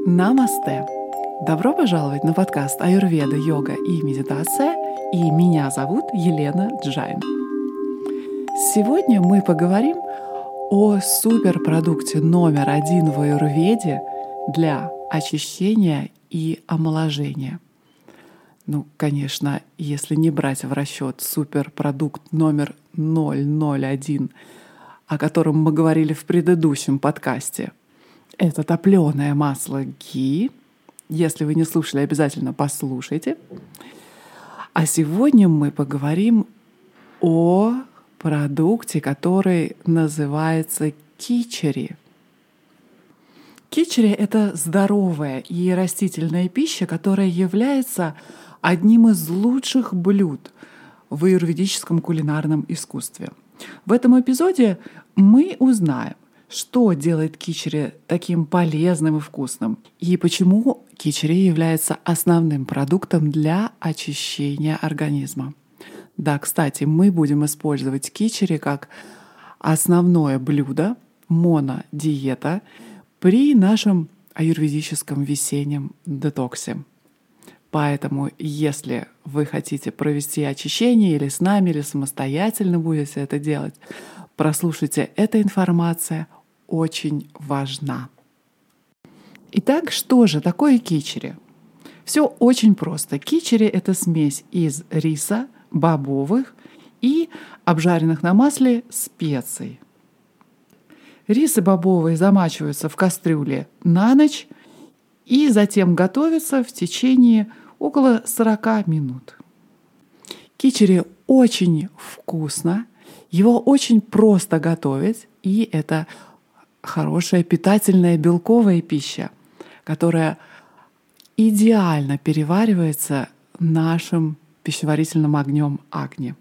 Намасте! Добро пожаловать на подкаст «Аюрведа, йога и медитация», и меня зовут Елена Джайн. Сегодня мы поговорим о суперпродукте номер один в аюрведе для очищения и омоложения. Конечно, если не брать в расчет суперпродукт номер 001, о котором мы говорили в предыдущем подкасте. Это топленое масло ги. Если вы не слушали, обязательно послушайте. А сегодня мы поговорим о продукте, который называется кичери. Кичери — это здоровая и растительная пища, которая является одним из лучших блюд в аюрведическом кулинарном искусстве. В этом эпизоде мы узнаем, что делает кичери таким полезным и вкусным, и почему кичери является основным продуктом для очищения организма. Да, кстати, мы будем использовать кичери как основное блюдо, монодиета, при нашем аюрведическом весеннем детоксе. Поэтому, если вы хотите провести очищение или с нами, или самостоятельно будете это делать, прослушайте, эта информация очень важна. Итак, что же такое кичери? Все очень просто. Кичери — это смесь из риса, бобовых и обжаренных на масле специй. Рис и бобовые замачиваются в кастрюле на ночь и затем готовятся в течение около 40 минут. Кичери очень вкусно, его очень просто готовить, и это хорошая питательная белковая пища, которая идеально переваривается нашим пищеварительным огнем Агни.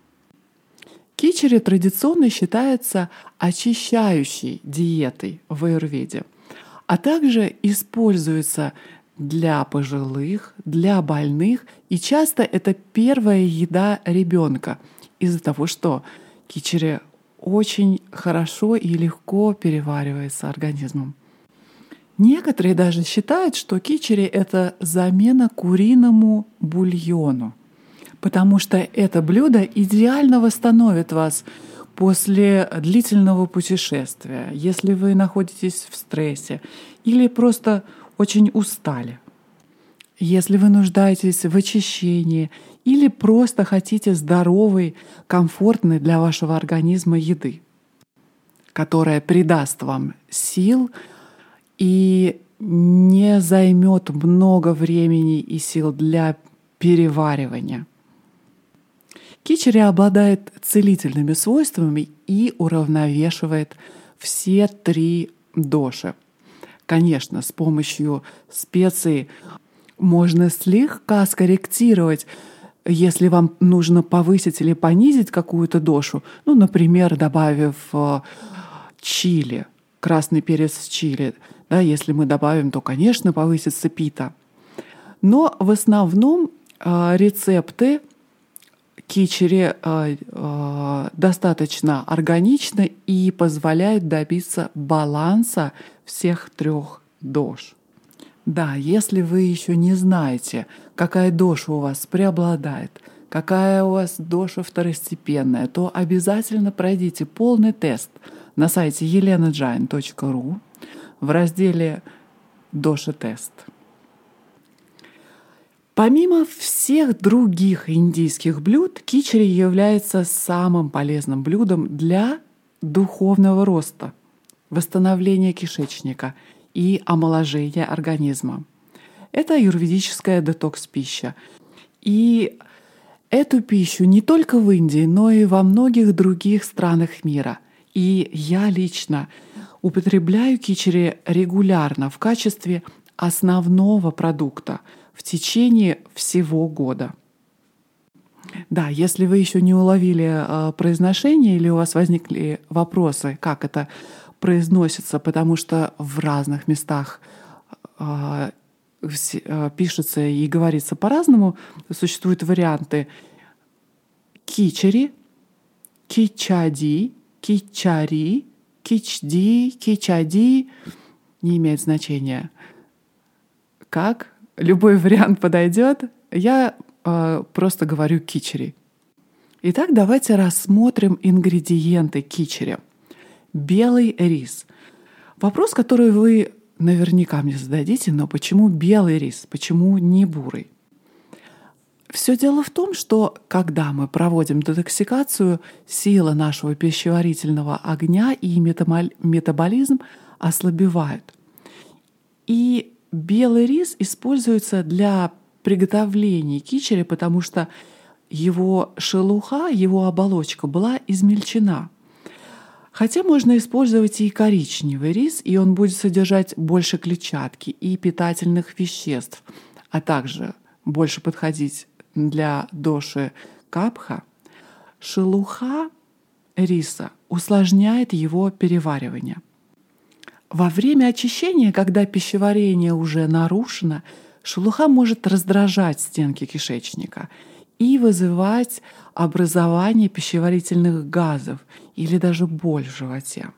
Кичери традиционно считается очищающей диетой в аюрведе, а также используется для пожилых, для больных, и часто это первая еда ребенка из-за того, что кичери очень хорошо и легко переваривается организмом. Некоторые даже считают, что кичери — это замена куриному бульону, потому что это блюдо идеально восстановит вас после длительного путешествия, если вы находитесь в стрессе или просто очень устали. Если вы нуждаетесь в очищении или просто хотите здоровой, комфортной для вашего организма еды, которая придаст вам сил и не займет много времени и сил для переваривания. Кичери обладает целительными свойствами и уравновешивает все 3 доши. Конечно, с помощью специй можно слегка скорректировать, если вам нужно повысить или понизить какую-то дошу, например, добавив чили, красный перец чили. Да, если мы добавим, то, конечно, повысится пита. Но в основном рецепты кичери достаточно органичны и позволяют добиться баланса всех 3 дош. Да, если вы еще не знаете, какая доша у вас преобладает, какая у вас доша второстепенная, то обязательно пройдите полный тест на сайте elenajain.ru в разделе «Доша-тест». Помимо всех других индийских блюд, кичери является самым полезным блюдом для духовного роста, восстановления кишечника и омоложения организма. Это аюрведическая детокс-пища. И эту пищу не только в Индии, но и во многих других странах мира. И я лично употребляю кичери регулярно в качестве основного продукта в течение всего года. Да, если вы еще не уловили произношение или у вас возникли вопросы, как это произносится, потому что в разных местах пишется и говорится по-разному, существуют варианты кичери, кичади, кичари, кичди, кичади, не имеет значения. как любой вариант подойдет. Я просто говорю кичери. Итак, давайте рассмотрим ингредиенты кичери. Белый рис. Вопрос, который вы наверняка мне зададите, но почему белый рис, почему не бурый? Все дело в том, что когда мы проводим детоксикацию, сила нашего пищеварительного огня и метаболизм ослабевают. И белый рис используется для приготовления кичери, потому что его шелуха, его оболочка была измельчена. Хотя можно использовать и коричневый рис, и он будет содержать больше клетчатки и питательных веществ, а также больше подходить для доши капха. Шелуха риса усложняет его переваривание. Во время очищения, когда пищеварение уже нарушено, шелуха может раздражать стенки кишечника и вызывать образование пищеварительных газов или даже боль в животе.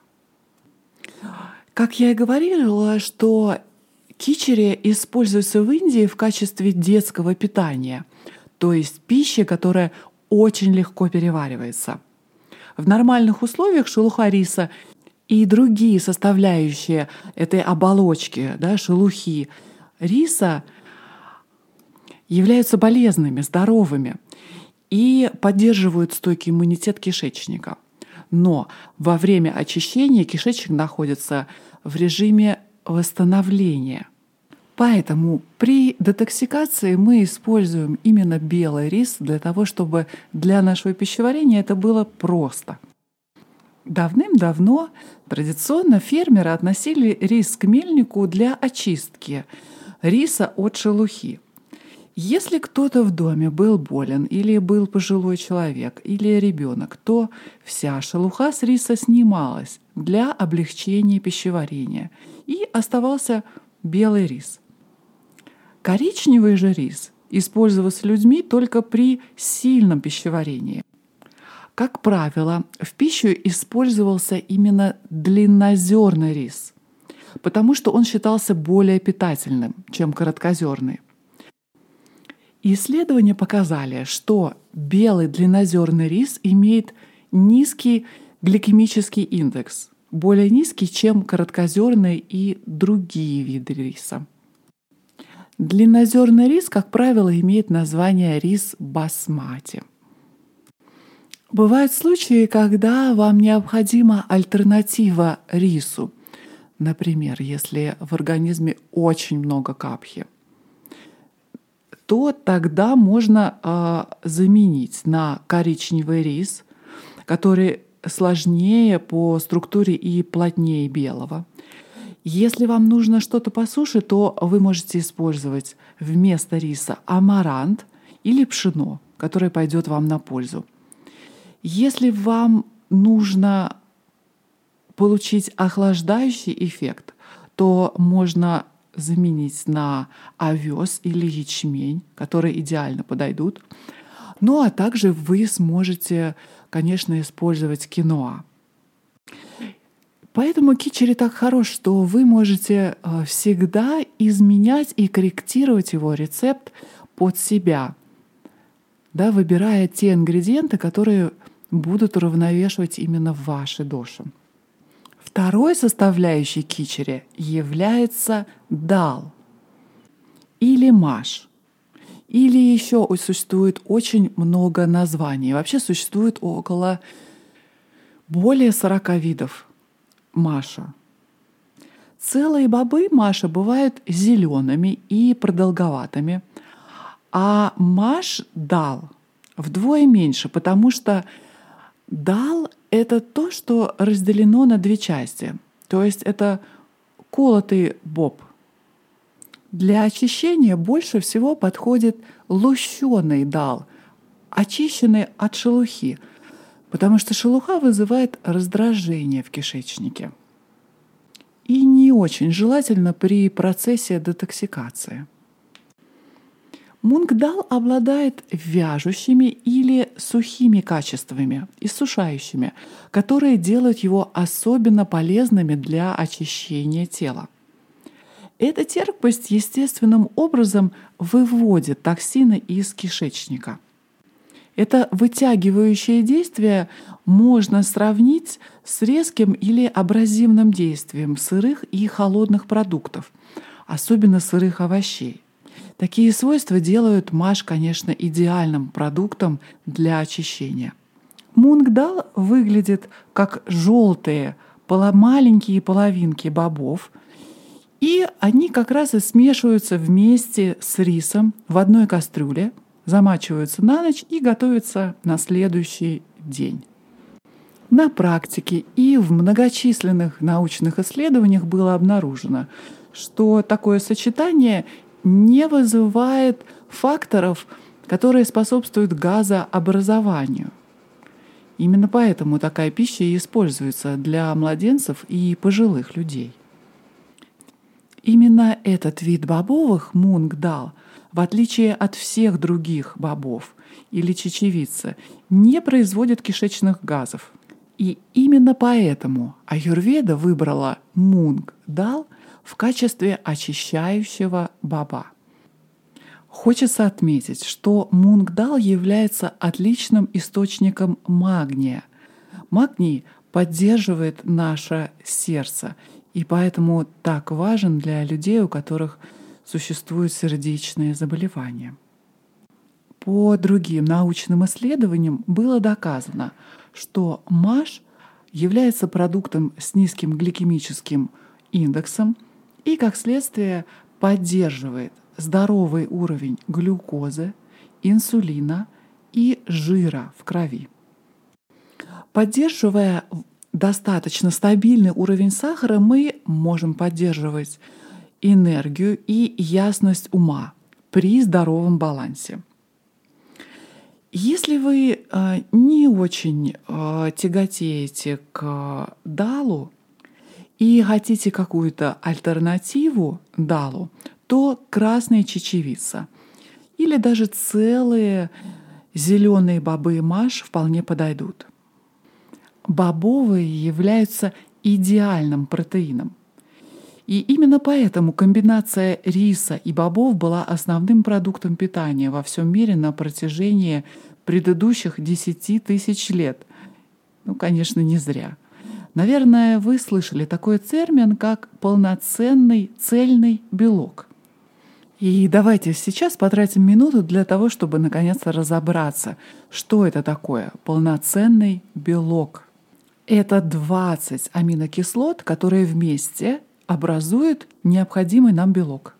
Как я и говорила, что кичери используется в Индии в качестве детского питания, то есть пищи, которая очень легко переваривается. В нормальных условиях шелуха риса и другие составляющие этой оболочки, шелухи риса являются полезными, здоровыми и поддерживают стойкий иммунитет кишечника. Но во время очищения кишечник находится в режиме восстановления. Поэтому при детоксикации мы используем именно белый рис для того, чтобы для нашего пищеварения это было просто. Давным-давно традиционно фермеры относили рис к мельнику для очистки риса от шелухи. Если кто-то в доме был болен или был пожилой человек или ребенок, то вся шелуха с риса снималась для облегчения пищеварения, и оставался белый рис. Коричневый же рис использовался людьми только при сильном пищеварении. Как правило, в пищу использовался именно длиннозерный рис, потому что он считался более питательным, чем короткозерный. Исследования показали, что белый длиннозерный рис имеет низкий гликемический индекс, более низкий, чем короткозерный и другие виды риса. Длиннозерный рис, как правило, имеет название рис басмати. Бывают случаи, когда вам необходима альтернатива рису. Например, если в организме очень много капхи, то тогда можно заменить на коричневый рис, который сложнее по структуре и плотнее белого. Если вам нужно что-то по суше, то вы можете использовать вместо риса амарант или пшено, которое пойдет вам на пользу. Если вам нужно получить охлаждающий эффект, то можно заменить на овес или ячмень, которые идеально подойдут. Ну а также вы сможете, конечно, использовать киноа. Поэтому кичери так хорош, что вы можете всегда изменять и корректировать его рецепт под себя, выбирая те ингредиенты, которые будут уравновешивать именно ваши доши. Второй составляющей кичери является дал или маш. Или еще существует очень много названий. Вообще существует более 40 видов маша. Целые бобы маша бывают зелеными и продолговатыми, а маш дал вдвое меньше, потому что дал — это то, что разделено на две части. То есть это колотый боб. Для очищения больше всего подходит лущеный дал, очищенный от шелухи, потому что шелуха вызывает раздражение в кишечнике и не очень желательно при процессе детоксикации. Мунг-дал обладает вяжущими или сухими качествами, иссушающими, которые делают его особенно полезными для очищения тела. Эта терпкость естественным образом выводит токсины из кишечника. Это вытягивающее действие можно сравнить с резким или абразивным действием сырых и холодных продуктов, особенно сырых овощей. Такие свойства делают маш, конечно, идеальным продуктом для очищения. Мунг-дал выглядит как желтые маленькие половинки бобов, и они как раз и смешиваются вместе с рисом в одной кастрюле, замачиваются на ночь и готовятся на следующий день. На практике и в многочисленных научных исследованиях было обнаружено, что такое сочетание не вызывает факторов, которые способствуют газообразованию. Именно поэтому такая пища и используется для младенцев и пожилых людей. Именно этот вид бобовых, мунг-дал, в отличие от всех других бобов или чечевицы, не производит кишечных газов. И именно поэтому аюрведа выбрала мунг-дал в качестве очищающего боба. Хочется отметить, что мунг-дал является отличным источником магния. Магний поддерживает наше сердце, и поэтому так важен для людей, у которых существуют сердечные заболевания. По другим научным исследованиям было доказано, что маш является продуктом с низким гликемическим индексом и, как следствие, поддерживает здоровый уровень глюкозы, инсулина и жира в крови. Поддерживая достаточно стабильный уровень сахара, мы можем поддерживать энергию и ясность ума при здоровом балансе. Если вы не очень тяготеете к далу и хотите какую-то альтернативу далу, то красная чечевица или даже целые зеленые бобы маш вполне подойдут. Бобовые являются идеальным протеином. И именно поэтому комбинация риса и бобов была основным продуктом питания во всем мире на протяжении предыдущих 10 тысяч лет. Конечно, не зря. Наверное, вы слышали такой термин, как полноценный цельный белок. И давайте сейчас потратим минуту для того, чтобы наконец-то разобраться, что это такое полноценный белок. Это 20 аминокислот, которые вместе образуют необходимый нам белок.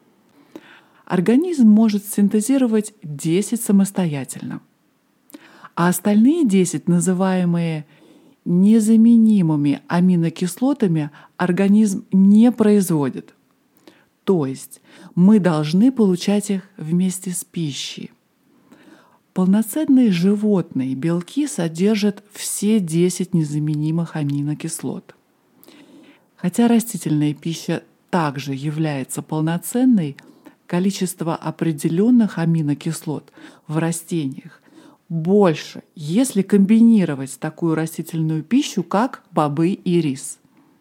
Организм может синтезировать 10 самостоятельно, а остальные 10, называемые незаменимыми аминокислотами, организм не производит. То есть мы должны получать их вместе с пищей. Полноценные животные белки содержат все 10 незаменимых аминокислот. Хотя растительная пища также является полноценной, количество определенных аминокислот в растениях больше, если комбинировать такую растительную пищу, как бобы и рис.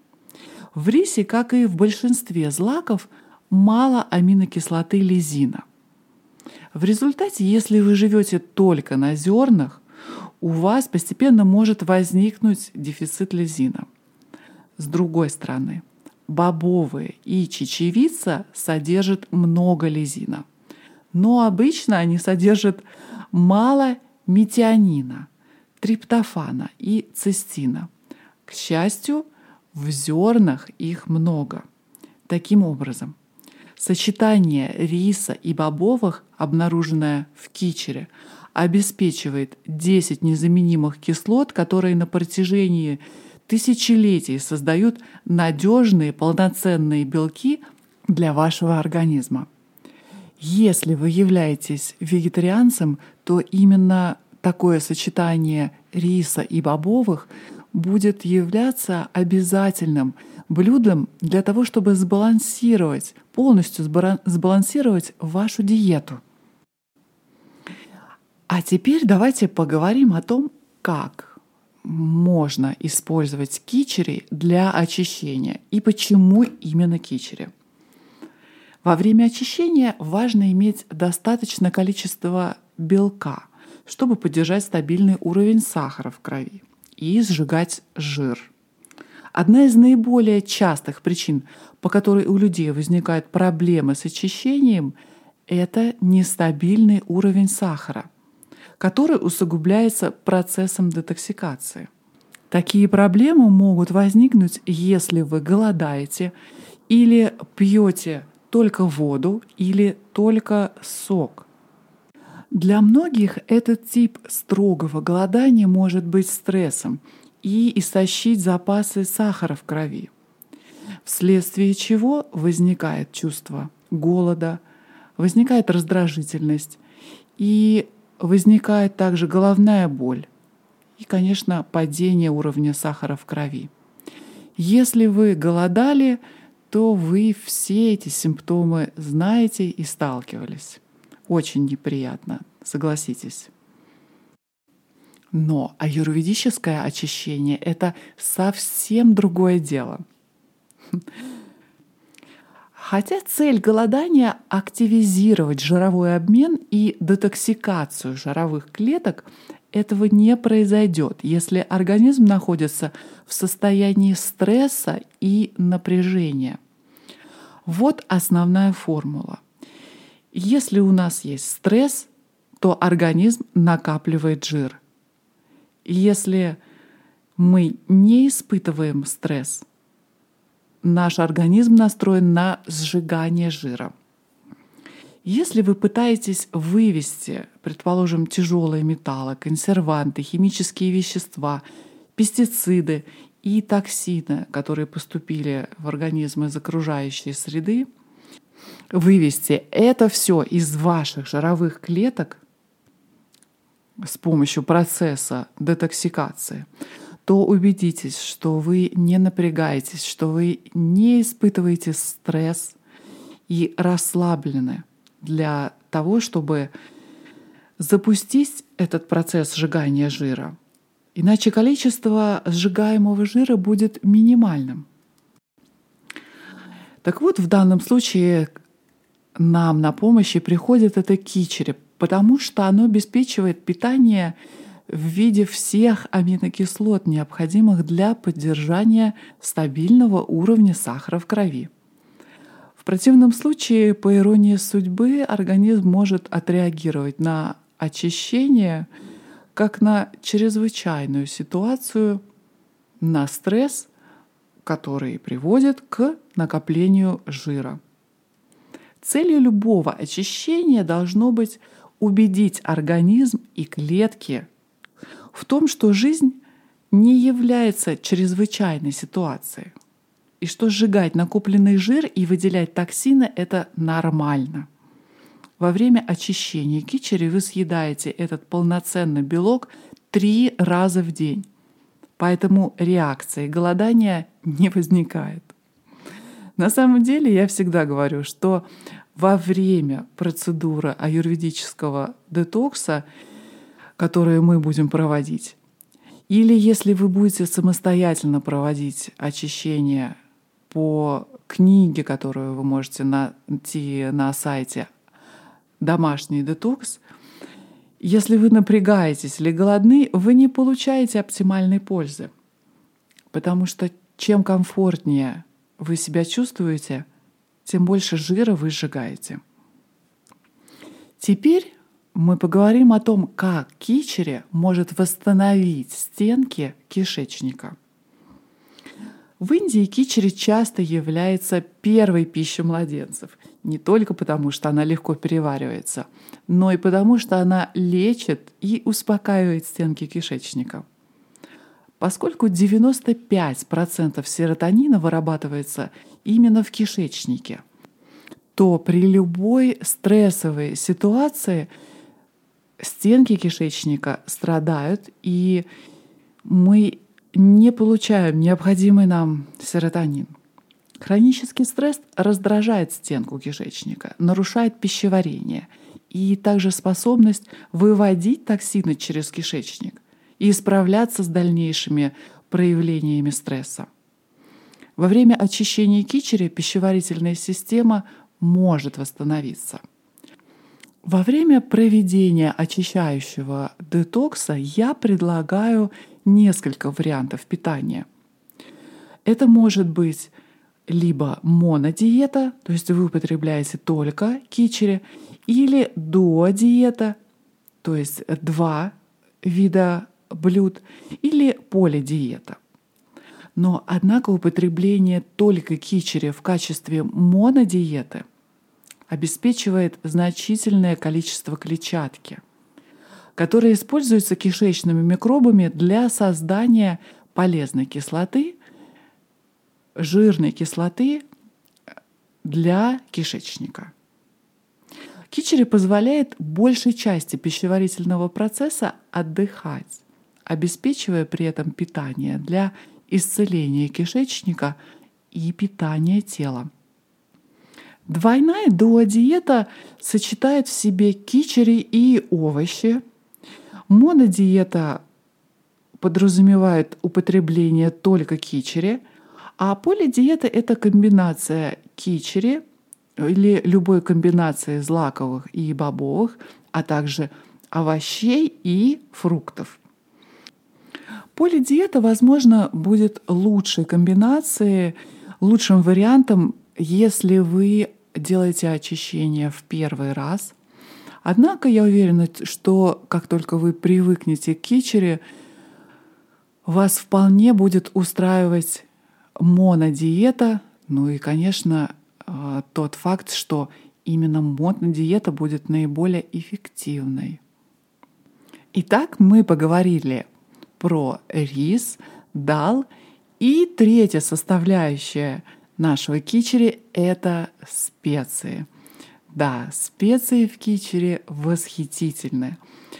В рисе, как и в большинстве злаков, мало аминокислоты лизина. В результате, если вы живете только на зернах, у вас постепенно может возникнуть дефицит лизина. С другой стороны, бобовые и чечевица содержат много лизина, но обычно они содержат мало метионина, триптофана и цистина. К счастью, в зернах их много. Таким образом, сочетание риса и бобовых, обнаруженное в кичере, обеспечивает 10 незаменимых кислот, которые на протяжении тысячелетий создают надежные полноценные белки для вашего организма. Если вы являетесь вегетарианцем, то именно такое сочетание риса и бобовых будет являться обязательным блюдом для того, чтобы полностью сбалансировать вашу диету. А теперь давайте поговорим о том, как можно использовать кичери для очищения и почему именно кичери. Во время очищения важно иметь достаточное количество белка, чтобы поддержать стабильный уровень сахара в крови и сжигать жир. Одна из наиболее частых причин, по которой у людей возникают проблемы с очищением, это нестабильный уровень сахара, который усугубляется процессом детоксикации. Такие проблемы могут возникнуть, если вы голодаете или пьете только воду или только сок. Для многих этот тип строгого голодания может быть стрессом и истощить запасы сахара в крови, вследствие чего возникает чувство голода, возникает раздражительность и возникает также головная боль и, конечно, падение уровня сахара в крови. Если вы голодали, то вы все эти симптомы знаете и сталкивались. Очень неприятно, согласитесь. Но аюрведическое очищение — это совсем другое дело. Хотя цель голодания — активизировать жировой обмен и детоксикацию жировых клеток, этого не произойдет, если организм находится в состоянии стресса и напряжения. Вот основная формула. Если у нас есть стресс, то организм накапливает жир. Если мы не испытываем стресс, наш организм настроен на сжигание жира. Если вы пытаетесь вывести, предположим, тяжелые металлы, консерванты, химические вещества, пестициды и токсины, которые поступили в организм из окружающей среды, вывести это все из ваших жировых клеток с помощью процесса детоксикации, то убедитесь, что вы не напрягаетесь, что вы не испытываете стресс и расслаблены для того, чтобы запустить этот процесс сжигания жира. Иначе количество сжигаемого жира будет минимальным. Так вот, в данном случае нам на помощь приходит это кичери, потому что оно обеспечивает питание в виде всех аминокислот, необходимых для поддержания стабильного уровня сахара в крови. В противном случае, по иронии судьбы, организм может отреагировать на очищение как на чрезвычайную ситуацию, на стресс, который приводит к накоплению жира. Целью любого очищения должно быть убедить организм и клетки в том, что жизнь не является чрезвычайной ситуацией, и что сжигать накопленный жир и выделять токсины — это нормально. Во время очищения кичери вы съедаете этот полноценный белок 3 раза в день, поэтому реакции голодания не возникает. На самом деле я всегда говорю, что во время процедуры аюрведического детокса, которую мы будем проводить, или если вы будете самостоятельно проводить очищение по книге, которую вы можете найти на сайте «Домашний детокс», если вы напрягаетесь или голодны, вы не получаете оптимальной пользы, потому что чем комфортнее вы себя чувствуете, тем больше жира вы сжигаете. Теперь мы поговорим о том, как кичери может восстановить стенки кишечника. В Индии кичери часто является первой пищей младенцев, не только потому, что она легко переваривается, но и потому, что она лечит и успокаивает стенки кишечника. Поскольку 95% серотонина вырабатывается именно в кишечнике, то при любой стрессовой ситуации стенки кишечника страдают, и мы не получаем необходимый нам серотонин. Хронический стресс раздражает стенку кишечника, нарушает пищеварение и также способность выводить токсины через кишечник и справляться с дальнейшими проявлениями стресса. Во время очищения кичери пищеварительная система может восстановиться. Во время проведения очищающего детокса я предлагаю несколько вариантов питания. Это может быть либо монодиета, то есть вы употребляете только кичери, или дуодиета, то есть 2 вида блюд, или полидиета. Но, однако, употребление только кичери в качестве монодиеты обеспечивает значительное количество клетчатки, которая используется кишечными микробами для создания полезной кислоты, жирной кислоты для кишечника. Кичери позволяет большей части пищеварительного процесса отдыхать, обеспечивая при этом питание для исцеления кишечника и питания тела. Двойная дуодиета сочетает в себе кичери и овощи. Монодиета подразумевает употребление только кичери, а полидиета — это комбинация кичери или любой комбинации злаковых и бобовых, а также овощей и фруктов. Полидиета, возможно, будет лучшей комбинацией, лучшим вариантом, если вы делаете очищение в первый раз. Однако я уверена, что как только вы привыкнете к кичери, вас вполне будет устраивать монодиета. Ну и, конечно, тот факт, что именно монодиета будет наиболее эффективной. Итак, мы поговорили про рис, дал, и третья составляющая нашего кичери — это специи. Да, специи в кичери восхитительны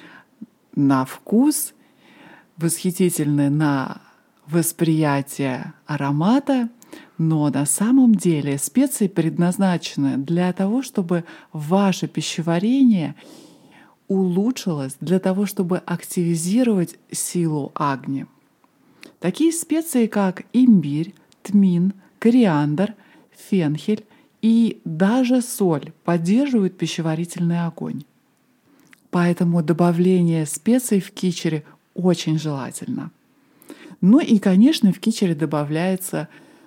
на вкус, восхитительны на восприятие аромата, но на самом деле специи предназначены для того, чтобы ваше пищеварение улучшилось, для того, чтобы активизировать силу агни. Такие специи, как имбирь, тмин, кориандр, фенхель и даже соль поддерживают пищеварительный огонь. Поэтому добавление специй в кичери очень желательно. Ну и, конечно, в кичери добавляется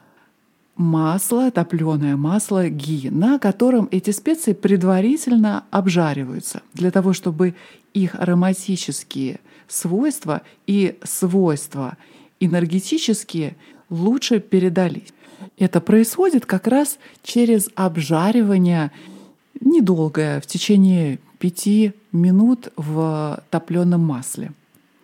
масло, топленое масло ги, на котором эти специи предварительно обжариваются, для того, чтобы их ароматические свойства и свойства энергетические лучше передались. Это происходит как раз через обжаривание недолгое, в течение 5 минут в топленом масле.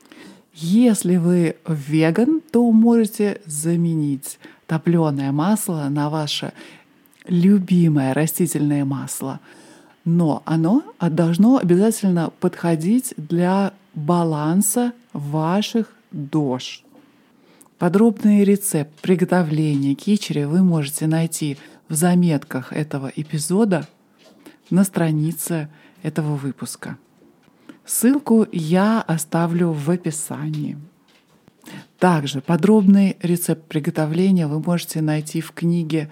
Если вы веган, то можете заменить топленое масло на ваше любимое растительное масло. Но оно должно обязательно подходить для баланса ваших дож. Подробный рецепт приготовления кичери вы можете найти в заметках этого эпизода на странице этого выпуска. Ссылку я оставлю в описании. Также подробный рецепт приготовления вы можете найти в книге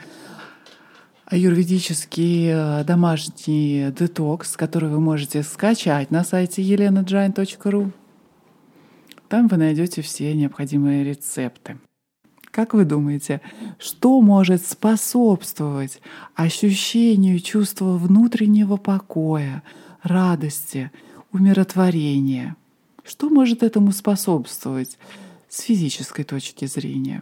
«Аюрведический домашний детокс», который вы можете скачать на сайте elenajain.ru. Там вы найдете все необходимые рецепты. Как вы думаете, что может способствовать ощущению чувства внутреннего покоя, радости, умиротворения? Что может этому способствовать с физической точки зрения?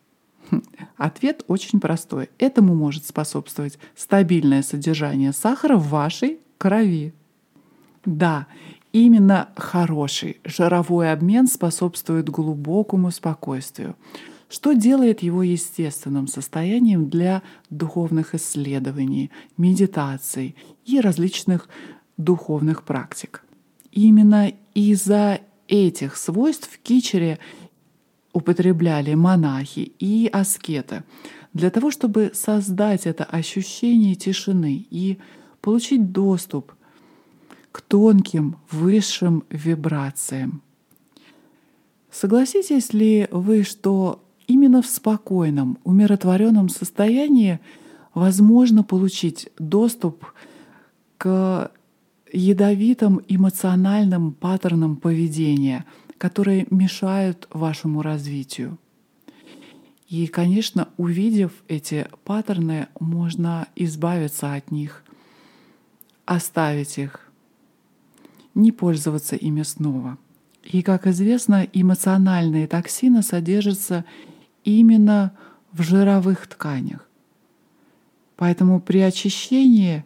Ответ очень простой. Этому может способствовать стабильное содержание сахара в вашей крови. Да, именно хороший жировой обмен способствует глубокому спокойствию, что делает его естественным состоянием для духовных исследований, медитаций и различных духовных практик. Именно из-за этих свойств в кичери употребляли монахи и аскеты для того, чтобы создать это ощущение тишины и получить доступ к тонким высшим вибрациям. Согласитесь ли вы, что именно в спокойном, умиротворенном состоянии возможно получить доступ к ядовитым эмоциональным паттернам поведения, которые мешают вашему развитию. И, конечно, увидев эти паттерны, можно избавиться от них, оставить их, не пользоваться ими снова. И, как известно, эмоциональные токсины содержатся именно в жировых тканях. Поэтому при очищении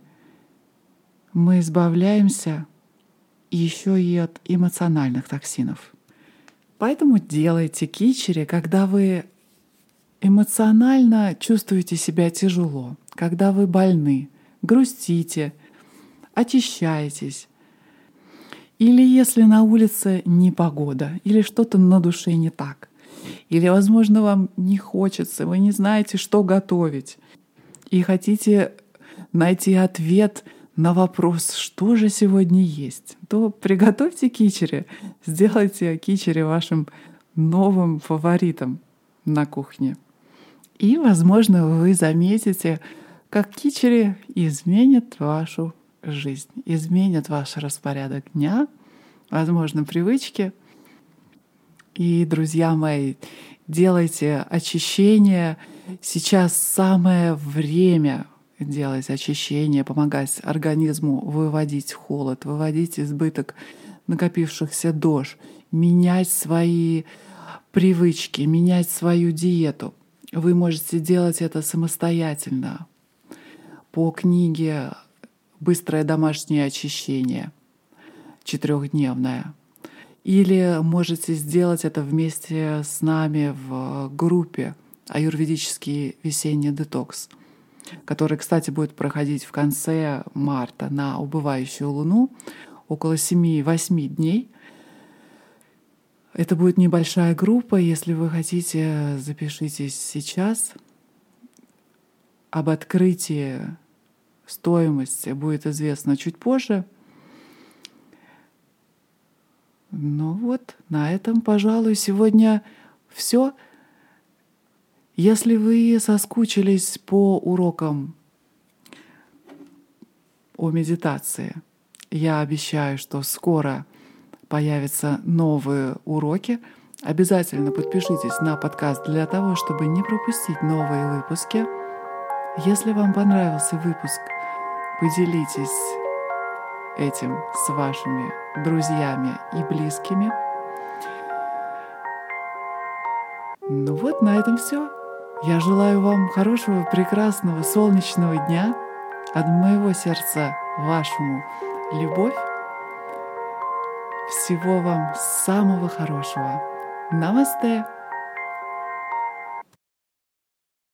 мы избавляемся еще и от эмоциональных токсинов. Поэтому делайте кичери, когда вы эмоционально чувствуете себя тяжело, когда вы больны, грустите, очищаетесь. Или если на улице непогода, или что-то на душе не так. Или, возможно, вам не хочется, вы не знаете, что готовить. И хотите найти ответ на вопрос, что же сегодня есть, то приготовьте кичери, сделайте кичери вашим новым фаворитом на кухне. И, возможно, вы заметите, как кичери изменят вашу жизнь, изменят ваш распорядок дня, возможно, привычки. И, друзья мои, делайте очищение. Сейчас самое время делать очищение, помогать организму выводить холод, выводить избыток накопившихся дож, менять свои привычки, менять свою диету. Вы можете делать это самостоятельно по книге «Быстрое домашнее очищение» 4-дневное. Или можете сделать это вместе с нами в группе «Аюрведический весенний детокс», который, кстати, будет проходить в конце марта на убывающую луну, около 7-8 дней. Это будет небольшая группа. Если вы хотите, запишитесь сейчас. Об открытии стоимости будет известно чуть позже. Ну вот, на этом, пожалуй, сегодня все. Если вы соскучились по урокам о медитации, я обещаю, что скоро появятся новые уроки. Обязательно подпишитесь на подкаст для того, чтобы не пропустить новые выпуски. Если вам понравился выпуск, поделитесь этим с вашими друзьями и близкими. Ну вот, на этом все. Я желаю вам хорошего, прекрасного, солнечного дня. От моего сердца вашему любовь. Всего вам самого хорошего. Намасте!